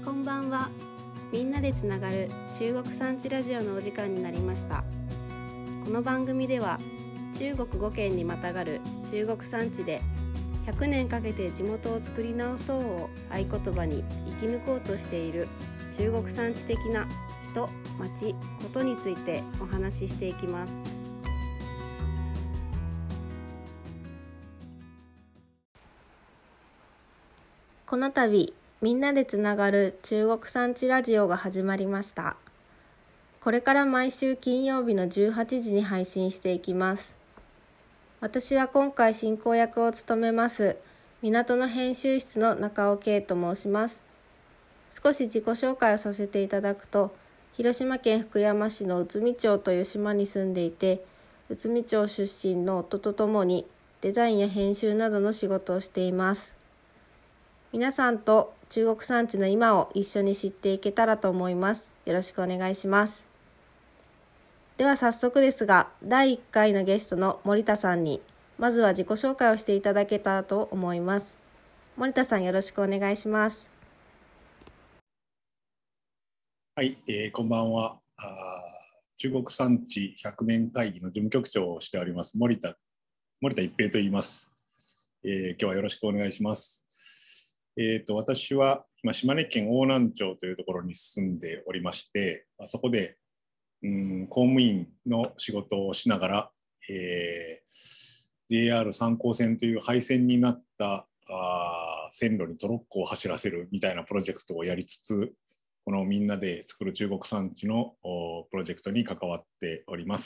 こんばんは。みんなでつながる中国産地ラジオのお時間になりました。この番組では中国5県にまたがる中国産地で100年かけて地元を作り直そうを合言葉に生き抜こうとしている中国産地的な人、町、ことについてお話ししていきます。この度みんなでつながる中国産地ラジオが始まりました。これから毎週金曜日の18時に配信していきます。私は今回進行役を務めます港の編集室の中尾圭と申します。少し自己紹介をさせていただくと、広島県福山市の内海町という島に住んでいて、内海町出身の夫とともにデザインや編集などの仕事をしています。皆さんと中国産地の今を一緒に知っていけたらと思います。よろしくお願いします。では早速ですが、第1回のゲストの森田さんにまずは自己紹介をしていただけたらと思います。森田さん、よろしくお願いします。 はい、こんばんは。中国産地100年会議の事務局長をしております森田一平と言います。今日はよろしくお願いします。私は今島根県邑南町というところに住んでおりまして、そこで公務員の仕事をしながら、JR 三江線という廃線になった線路にトロッコを走らせるみたいなプロジェクトをやりつつ、このみんなで作る中国産地のプロジェクトに関わっております。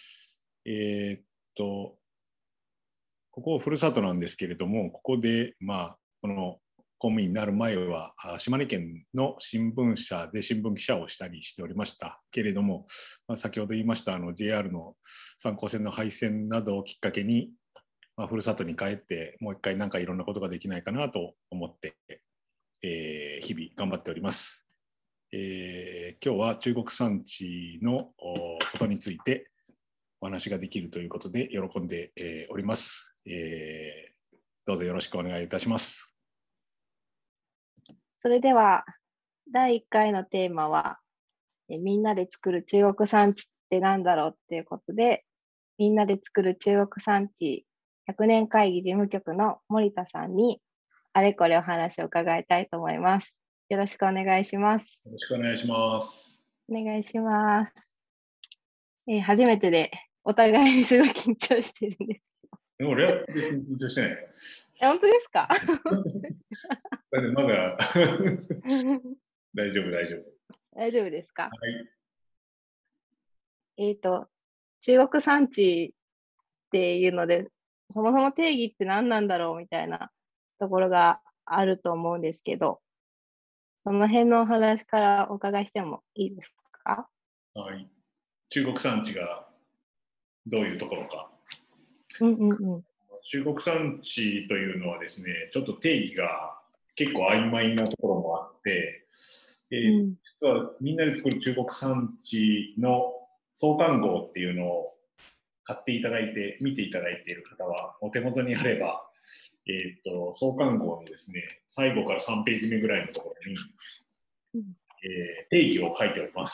ここふるさとなんですけれども、ここでこの公務員になる前は島根県の新聞社で新聞記者をしたりしておりましたけれども、先ほど言いましたJR の三江線の廃線などをきっかけに、ふるさとに帰ってもう一回なんかいろんなことができないかなと思って、日々頑張っております。今日は中国産地のことについてお話ができるということで喜んでおります。どうぞよろしくお願いいたします。 それでは第1回のテーマはみんなで作る中国産地って何だろうっていうことで、みんなで作る中国産地100年会議事務局の森田さんにあれこれお話を伺いたいと思います。よろしくお願いします。 よろしくお願いします。 お願いします。初めてでお互いにすごい緊張してるんですけど。俺は別に緊張してない。 本当ですか？ だってまだ大丈夫。 大丈夫ですか？ はい。 中国産地っていうので、そもそも定義って何なんだろうみたいなところがあると思うんですけど、その辺のお話からお伺いしてもいいですか？ はい。中国産地がどういうところか。中国産地というのはですね、ちょっと定義が結構曖昧なところもあって、実はみんなで作る中国産地の創刊号っていうのを買っていただいて見ていただいている方はお手元にあれば、創刊号のですね最後から3ページ目ぐらいのところに、定義を書いております。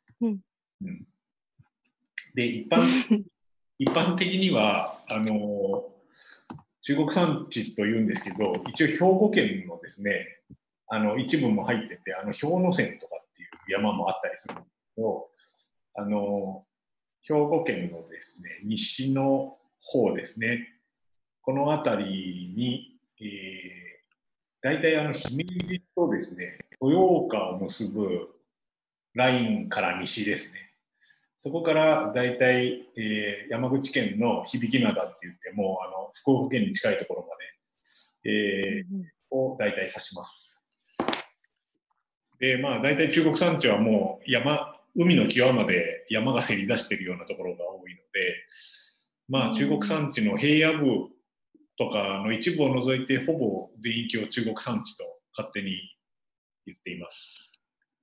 で一般的には中国産地というんですけど、一応兵庫県のですね一部も入ってて、氷ノ山とかっていう山もあったりするんですけど、兵庫県のですね西の方ですね、この辺りに、大体姫路とですね豊岡を結ぶラインから西ですね。そこから大体、山口県の響灘って言っても福岡県に近いところまで、を大体指します。で大体中国産地はもう海の際まで山がせり出しているようなところが多いので、中国産地の平野部とかの一部を除いてほぼ全域を中国産地と勝手に言っています。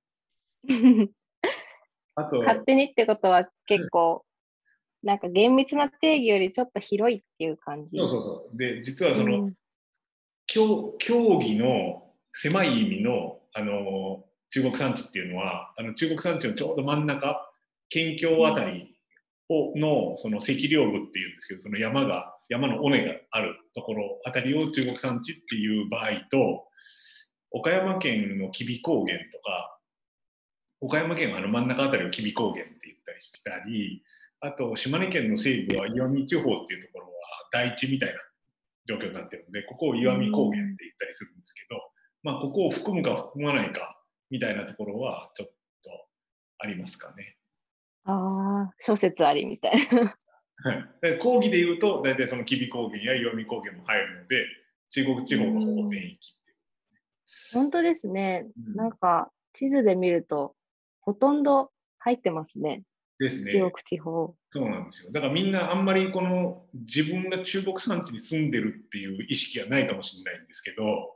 あと勝手にってことは結構なんか厳密な定義よりちょっと広いっていう感じ。 そうで、実はその、競技の狭い意味の中国山地っていうのは中国山地のちょうど真ん中県境あたりのその脊梁部っていうんですけど、その山の尾根があるところあたりを中国山地っていう場合と、岡山県の吉備高原とか、岡山県は真ん中あたりを吉備高原って言ったりしたり、あと島根県の西部は石見地方っていうところは台地みたいな状況になってるので、ここを石見高原って言ったりするんですけど、まあ、ここを含むか含まないかみたいなところはちょっとありますかね。 ああ、諸説ありみたいな。 はい、講義でいうと大体その吉備高原や石見高原も入るので、中国地方のほぼ全域っていう。 本当ですね。なんか地図で見るとほとんど入ってますね。 ですね。 中国地方。 そうなんですよ。だからみんなあんまりこの自分が中国山地に住んでるっていう意識はないかもしれないんですけど、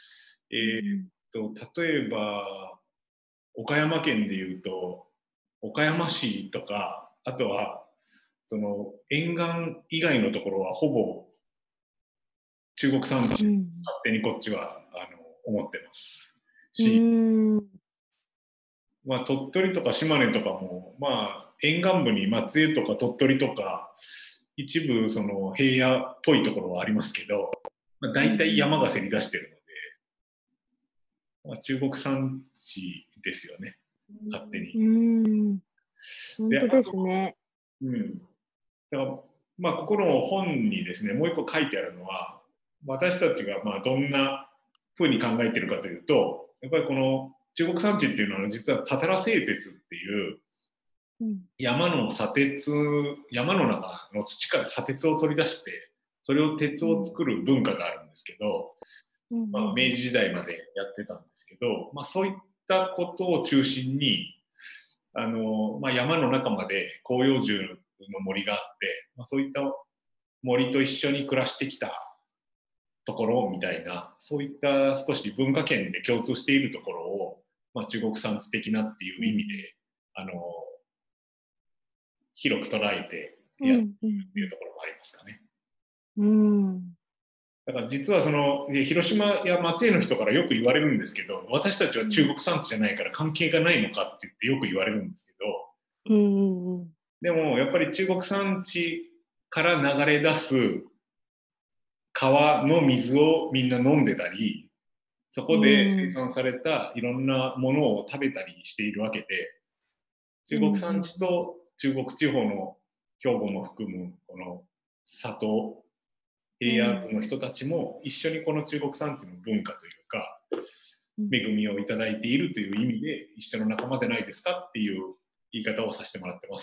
例えば岡山県でいうと岡山市とか、あとはその沿岸以外のところはほぼ中国山地、勝手にこっちは思ってますし、まあ、鳥取とか島根とかも、まあ、沿岸部に松江とか鳥取とか一部その平野っぽいところはありますけど、まあ、大体山がせり出してるので、まあ、中国山地ですよね、勝手に。 本当ですね。 だからまあ、ここの本にですね、もう一個書いてあるのは、私たちがまあどんなふうに考えているかというと、やっぱりこの中国山地っていうのは実はたたら製鉄っていう山の中の土から砂鉄を取り出して、それを鉄を作る文化があるんですけど、まあ、明治時代までやってたんですけど、まあ、そういったことを中心にまあ、山の中まで広葉樹の森があって、まあ、そういった森と一緒に暮らしてきたところみたいな、そういった少し文化圏で共通しているところを、まあ、中国山地的なっていう意味で、広く捉えてやっているっていうところもありますかね。だから実はその広島や松江の人からよく言われるんですけど、私たちは中国山地じゃないから関係がないのかって言ってよく言われるんですけど、でもやっぱり中国山地から流れ出す川の水をみんな飲んでたり、そこで生産されたいろんなものを食べたりしているわけで、中国山地と中国地方の兵庫も含むこの里平野部の人たちも一緒にこの中国山地の文化というか恵みをいただいているという意味で一緒の仲間じゃないですかっていう言い方をさせてもらってます。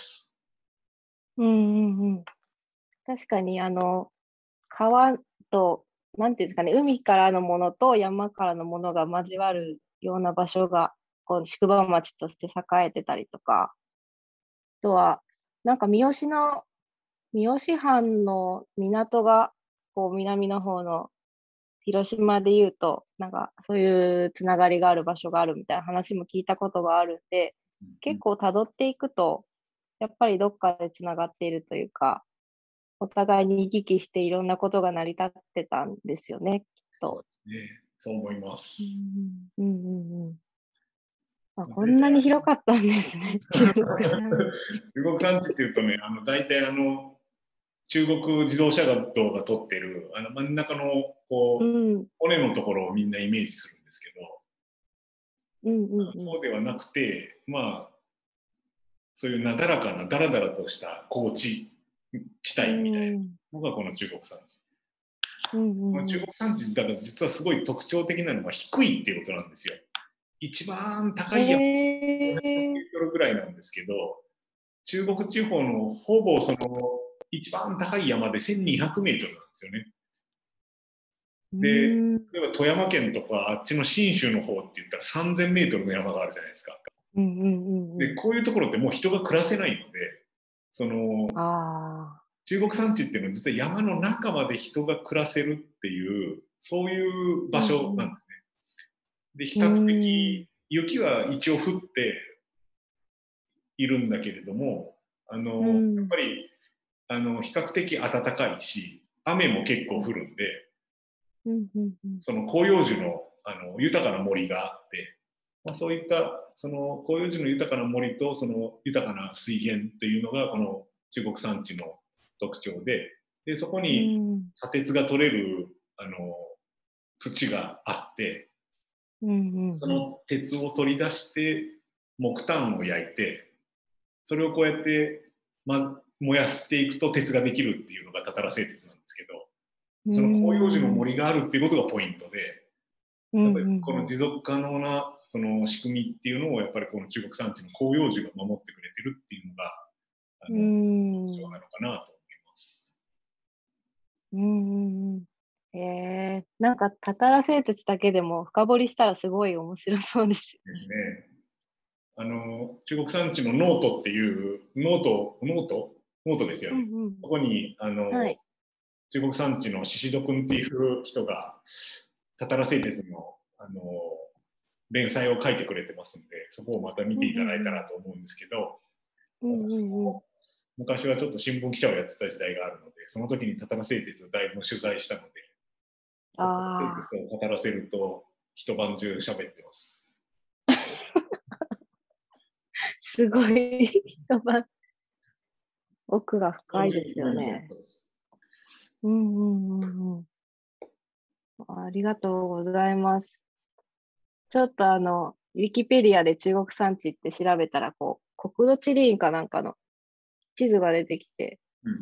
確かに川となんていうんですかね、海からのものと山からのものが交わるような場所がこう宿場町として栄えてたりとか、あとはなんか三好藩の港がこう南の方の広島でいうとなんかそういうつながりがある場所があるみたいな話も聞いたことがあるんで、結構たどっていくとやっぱりどっかでつながっているというか、お互いに行き来していろんなことが成り立ってたんですよね、きっと。 そうですね、そう思います。 こんなに広かったんですね、中国山地っていうとね、大体中国自動車道が通ってる真ん中のこう、尾根のところをみんなイメージするんですけど、そうではなくて、まあそういうなだらかなだらだらとした高地地帯みたいなのがこの中国山地。中国山地だから実はすごい特徴的なのは低いっていうことなんですよ。一番高い山500メートルぐらいなんですけど、中国地方のほぼその一番高い山で1200メートルなんですよね。で、例えば富山県とかあっちの信州の方って言ったら3000メートルの山があるじゃないですか。で、こういうところってもう人が暮らせないので、その中国山地っていうのは実は山の中まで人が暮らせるっていうそういう場所なんですね。で、比較的雪は一応降っているんだけれども、やっぱり比較的暖かいし、雨も結構降るんで、その広葉樹の豊かな森があって、 そういったその広葉樹の豊かな森とその豊かな水源というのがこの中国山地の特徴で、そこに砂鉄が取れる土があって、その鉄を取り出して木炭を焼いて、それをこうやって、燃やしていくと鉄ができるっていうのがたたら製鉄なんですけど、その広葉樹の森があるっていうことがポイントで、やっぱりこの持続可能なその仕組みっていうのをやっぱりこの中国山地の広葉樹が守ってくれてるっていうのが特徴なのかなと思います。 なんかたたら製鉄だけでも深掘りしたらすごい面白そうですよね。中国山地のノートっていうノートですよね。そこにはい、中国山地の宍戸君っていう人がたたら製鉄の連載を書いてくれてますんで、そこをまた見ていただいたらと思うんですけど、昔はちょっと新聞記者をやってた時代があるので、その時にたたら製鉄をだいぶ取材したので、たたら製鉄を語らせると一晩中喋ってます。 すごい一晩奥が深いですよね。ありがとうございます。ちょっとウィキペディアで中国山地って調べたら、こう、国土地理院かなんかの地図が出てきて、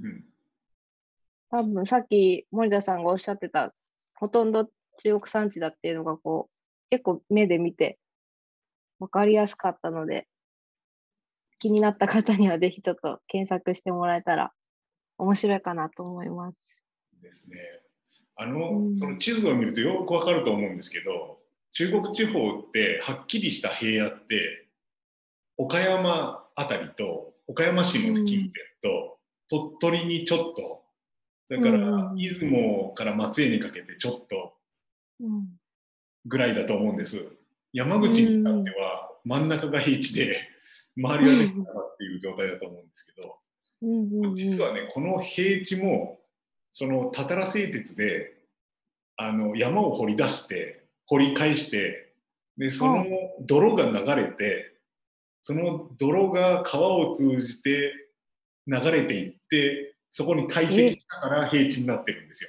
多分さっき森田さんがおっしゃってた、ほとんど中国山地だっていうのが、こう、結構目で見て分かりやすかったので、気になった方にはぜひちょっと検索してもらえたら面白いかなと思います。 ですね。その地図を見るとよくわかると思うんですけど、中国地方ってはっきりした平野って岡山あたりと岡山市の近辺と、鳥取にちょっと、それから出雲から松江にかけてちょっとぐらいだと思うんです。山口に至っては真ん中が平地で周りは全部山っていう状態だと思うんですけど、実はねこの平地もそのたたら製鉄で山を掘り出して掘り返して、でその泥が流れて、その泥が川を通じて流れていって、そこに堆積したから平地になってるんですよ。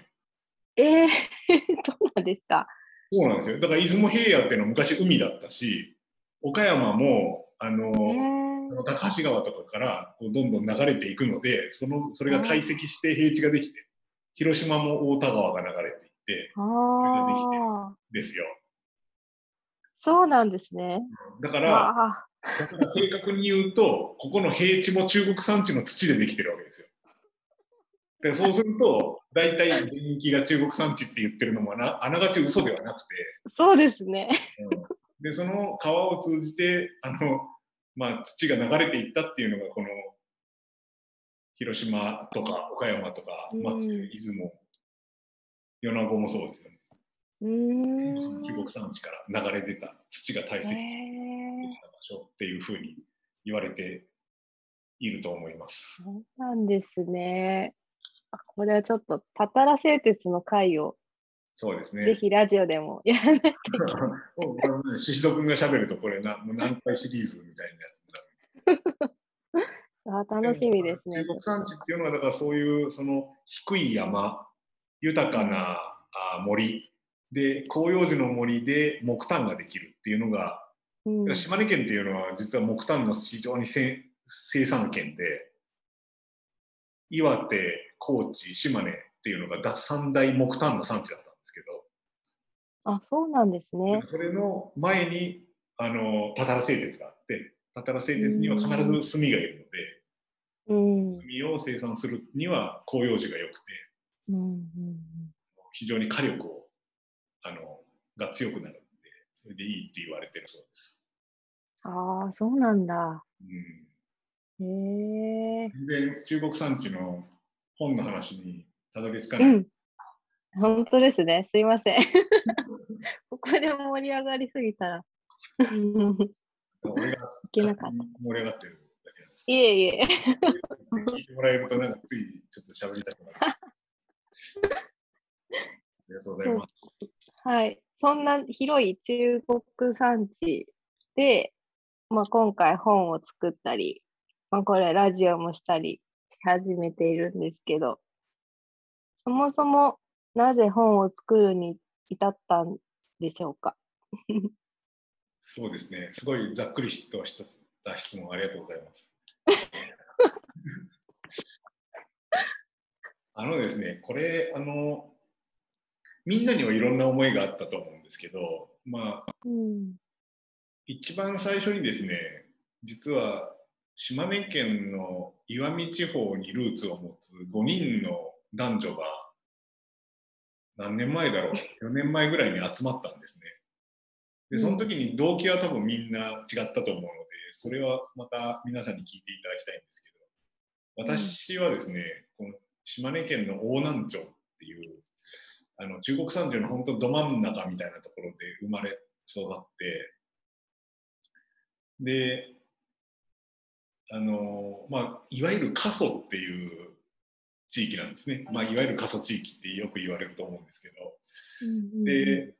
そうなんですか。 そうなんですよ。だから出雲平野っていうのは昔海だったし、岡山もその高橋川とかからこうどんどん流れていくので、それが堆積して平地ができて、広島も太田川が流れていって、それができてるんですよ。 そうなんですね。 だから正確に言うと、ここの平地も中国山地の土でできてるわけですよ。でそうすると、大体全域が中国山地って言ってるのもあながち嘘ではなくて、 そうですね。 でその川を通じて土が流れていったっていうのがこの広島とか岡山とか松江、出雲、米子もそうですよね。その中国山地から流れ出た土が堆積した場所っていうふうに言われていると思います。 そうなんですね。これはちょっとたたら製鉄の回をそうですね。 ぜひラジオでもやらないといけない。 宍戸君がしゃべるとこれもう何回シリーズみたいなやつだ。楽しみですね。 中国山地っていうのはだからそういうその低い山、豊かな森で広葉樹の森で木炭ができるっていうのが、島根県っていうのは実は木炭の非常に生産県で、岩手、高知、島根っていうのが三大木炭の産地だったんですけど、 そうなんですね。 それの前にたたら製鉄があって、たたら製鉄には必ず炭がいるので、炭を生産するには広葉樹が良くて、非常に火力をが強くなるので、それでいいって言われてるそうです。 そうなんだ。 全然中国山地の本の話にたどり着かない。 本当ですね。すいません。ここで盛り上がりすぎたら。 俺が盛り上がってるだけなんです。 いえいえ。 聞いてもらえるとなんかついちょっと喋りたくなる。ありがとうございます。 はい。そんな広い中国山地で、今回本を作ったり、これラジオもしたりし始めているんですけど、そもそもなぜ本を作るに至ったんでしょうか？ そうですね。すごいざっくりとした質問ありがとうございます。ですね、これみんなにはいろんな思いがあったと思うんですけど、一番最初にですね、実は島根県の石見地方にルーツを持つ5人の男女が何年前だろう、4年前ぐらいに集まったんですね。で、その時に動機は多分みんな違ったと思うので、それはまた皆さんに聞いていただきたいんですけど、私はですね、この島根県の大南町っていう中国山地の本当ど真ん中みたいなところで生まれ育って、で、いわゆる過疎っていう地域なんですね。いわゆる過疎地域ってよく言われると思うんですけど、で、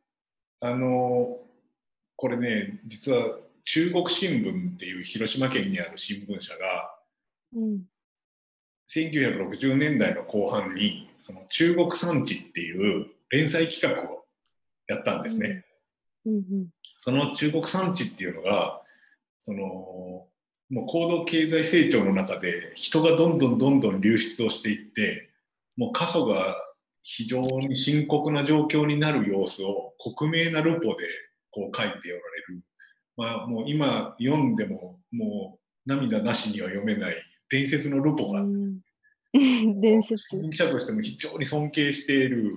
これね、実は中国新聞っていう広島県にある新聞社が、1960年代の後半にその中国山地っていう連載企画をやったんですね。その中国山地っていうのがもう高度経済成長の中で人がどんどん流出をしていって、もう過疎が非常に深刻な状況になる様子を克明なルポでこう書いておられる、もう今読んでももう涙なしには読めない伝説のルポがあってですね、 伝説。 新聞記者としても非常に尊敬している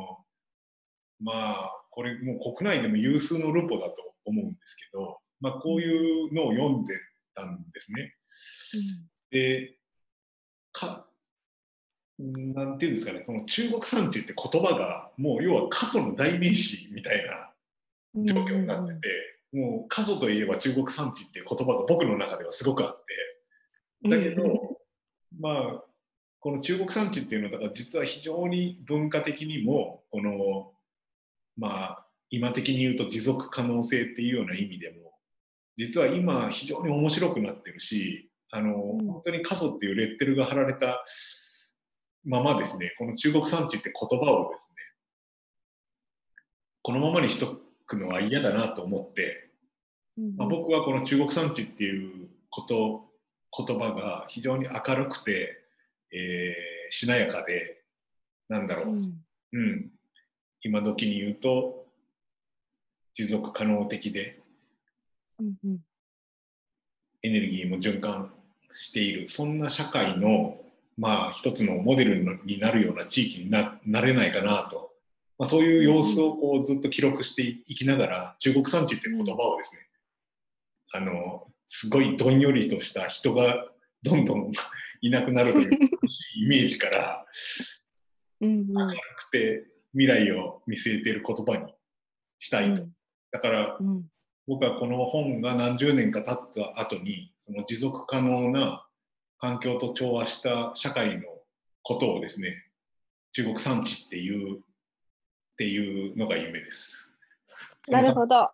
これもう国内でも有数のルポだと思うんですけど、こういうのを読んでたんですね。で、なんていうんですかね、この中国山地って言葉がもう要は過疎の代名詞みたいな状況になってて、もう過疎といえば中国山地っていう言葉が僕の中ではすごくあって、だけど、この中国山地っていうのはだから実は非常に文化的にもこの今的に言うと持続可能性っていうような意味でも実は今非常に面白くなってるし、本当に過疎っていうレッテルが貼られたままですね、この中国山地って言葉をですね、このままにしとくのは嫌だなと思って、僕はこの中国山地っていう言葉が非常に明るくて、しなやかで、なんだろう、今時に言うと持続可能的で、エネルギーも循環している、そんな社会の一つのモデルになるような地域に なれないかなと、そういう様子をこうずっと記録していきながら、中国山地って言葉をですね、すごいどんよりとした人がどんどんいなくなるというイメージから明るくて未来を見据えている言葉にしたいと。だから、僕はこの本が何十年か経った後にその持続可能な環境と調和した社会のことをですね、中国山地っていうのが夢です。 なるほど。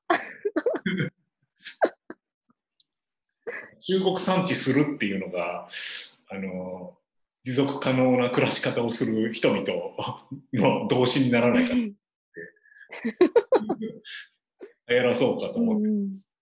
中国山地するっていうのが持続可能な暮らし方をする人々の動詞にならないかってやらそうかと思って。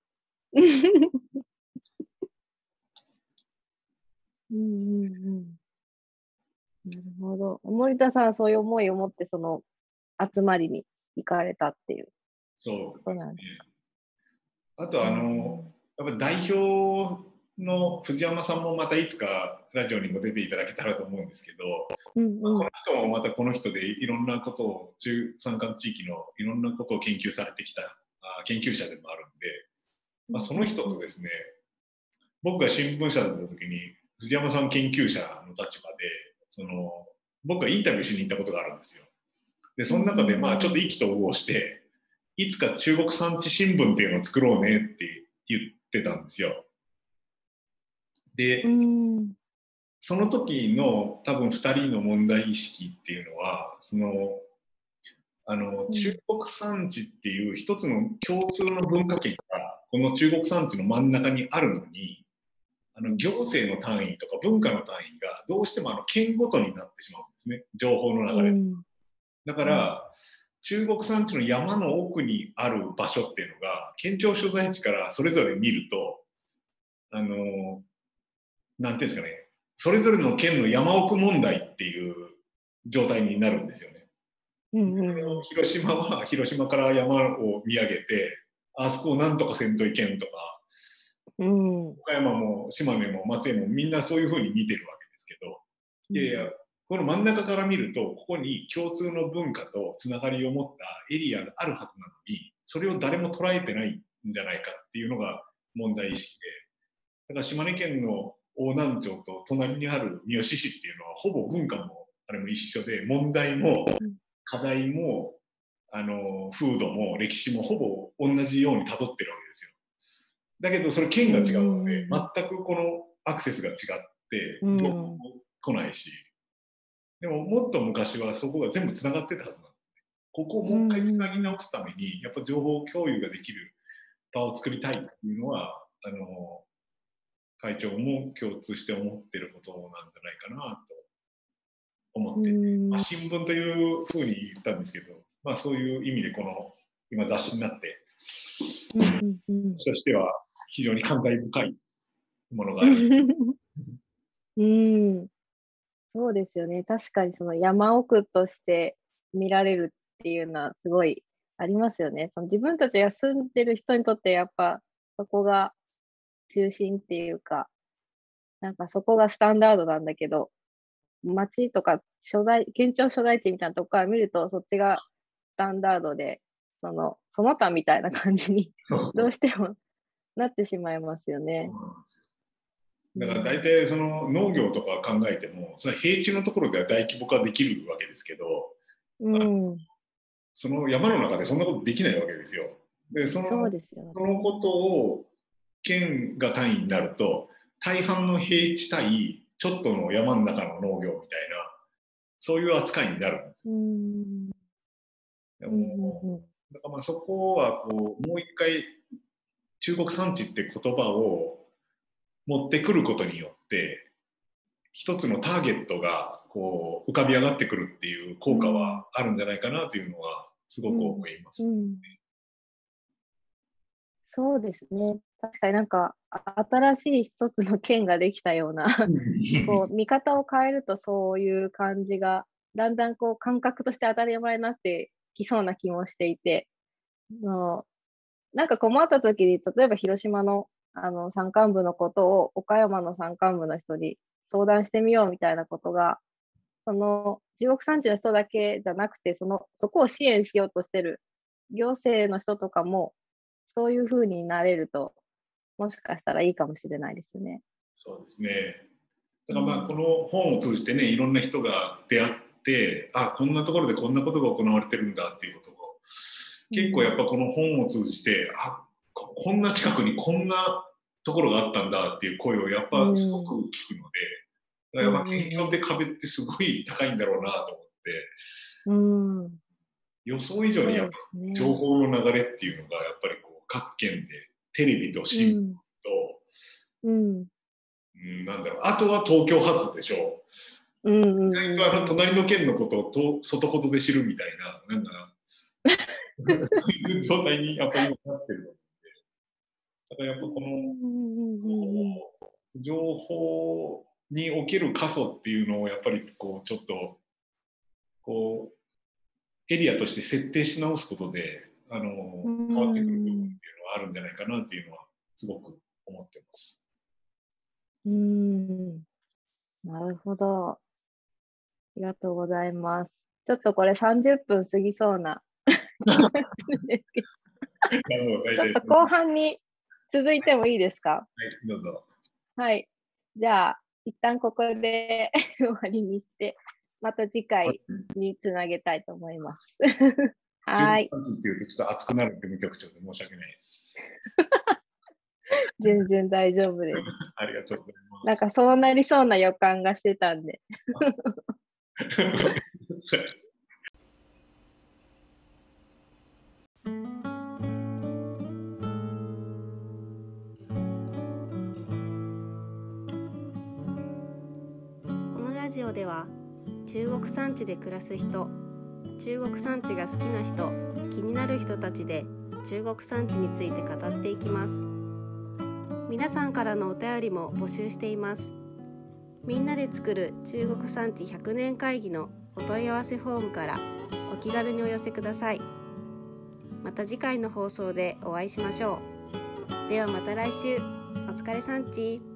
なるほど。森田さんはそういう思いを持ってその集まりに行かれたっていうことなんですか？ あとやっぱり代表の藤山さんもまたいつかラジオにも出ていただけたらと思うんですけど、この人もまたこの人でいろんなことを中山間地域のいろんなことを研究されてきた研究者でもあるんで、その人とですね、僕が新聞社だった時に藤山さん研究者の立場で僕がインタビューしに行ったことがあるんですよ。でその中でちょっと意気投合していつか中国産地新聞っていうのを作ろうねって言ってたんですよ。で、その時の多分2人の問題意識っていうのは中国山地っていう一つの共通の文化圏がこの中国山地の真ん中にあるのに、行政の単位とか文化の単位がどうしても県ごとになってしまうんですね、情報の流れ。だから、中国山地の山の奥にある場所っていうのが、県庁所在地からそれぞれ見ると、なんていうんですかね、それぞれの県の山奥問題っていう状態になるんですよね。広島は広島から山を見上げて、あそこをなんとかせんといけんとか、岡山も島根も松江もみんなそういうふうに見てるわけですけど、いやいや、この真ん中から見ると、ここに共通の文化とつながりを持ったエリアがあるはずなのに、それを誰も捉えてないんじゃないかっていうのが問題意識で、だから島根県の大南町と隣にある三好市っていうのはほぼ文化もあれも一緒で、問題も課題も風土も歴史もほぼ同じように辿ってるわけですよ。だけどそれ県が違うので、全くこのアクセスが違って情報も来ないし、でももっと昔はそこが全部つながってたはずなので、ここをもう一回つなぎ直すためにやっぱ情報共有ができる場を作りたいっていうのは会長も共通して思ってることなんじゃないかなと思ってて、新聞というふうに言ったんですけど、そういう意味でこの今雑誌になって私としては非常に感慨深いものがある。 そうですよね。確かにその山奥として見られるっていうのはすごいありますよね。その自分たちが住んでる人にとってやっぱそこが中心っていうか、なんかそこがスタンダードなんだけど、町とか県庁所在地みたいなとこから見るとそっちがスタンダードで、その他みたいな感じにどうしてもなってしまいますよね。 だから大体その農業とか考えても、その平地のところでは大規模化できるわけですけど、その山の中でそんなことできないわけですよ。で、そのことを県が単位になると、大半の平地対ちょっとの山の中の農業みたいな、そういう扱いになるんですよ。でもだからそこはこうもう一回中国山地って言葉を持ってくることによって一つのターゲットがこう浮かび上がってくるっていう効果はあるんじゃないかなというのはすごく思います。 そうですね。確かになんか新しい一つの県ができたようなこう見方を変えるとそういう感じがだんだんこう感覚として当たり前になってきそうな気もしていて、なんか困った時に例えば広島の山間部のことを岡山の山間部の人に相談してみようみたいなことが、その中国山地の人だけじゃなくてそこを支援しようとしてる行政の人とかもそういう風になれるともしかしたらいいかもしれないですね。 そうですね。だからこの本を通じてね、いろんな人が出会って、こんなところでこんなことが行われてるんだっていうことを、結構やっぱこの本を通じて、こんな近くにこんなところがあったんだっていう声をやっぱすごく聞くので、やっぱ県境って壁ってすごい高いんだろうなと思って、予想以上にやっぱ情報の流れっていうのがやっぱりこう各県でテレビと新聞と、なんだろう、あとは東京発でしょう。意外と隣の県のことを外ほどで知るみたいな、なんかそういう状態にやっぱり今なってるので、だからやっぱこの情報における過疎っていうのをやっぱりこうちょっとこうエリアとして設定し直すことで変わってくる部分っていうのはあるんじゃないかなっていうのはすごく思ってます。 なるほど。ありがとうございます。ちょっとこれ30分過ぎそうな気がするんですけど。ちょっと後半に続いてもいいですか？ はい、どうぞ。 はい。じゃあ、一旦ここで終わりにして、また次回につなげたいと思います。はい。 っていうとちょっと熱くなる事務局長で申し訳ないです。 全然大丈夫です。 ありがとうございます。 なんかそうなりそうな予感がしてたんで。 ジオでは中国山地で暮らす人、中国山地が好きな人、気になる人たちで中国山地について語っていきます。皆さんからのお便りも募集しています。みんなで作る中国山地100年会議のお問い合わせフォームからお気軽にお寄せください。また次回の放送でお会いしましょう。ではまた来週。お疲れ山地。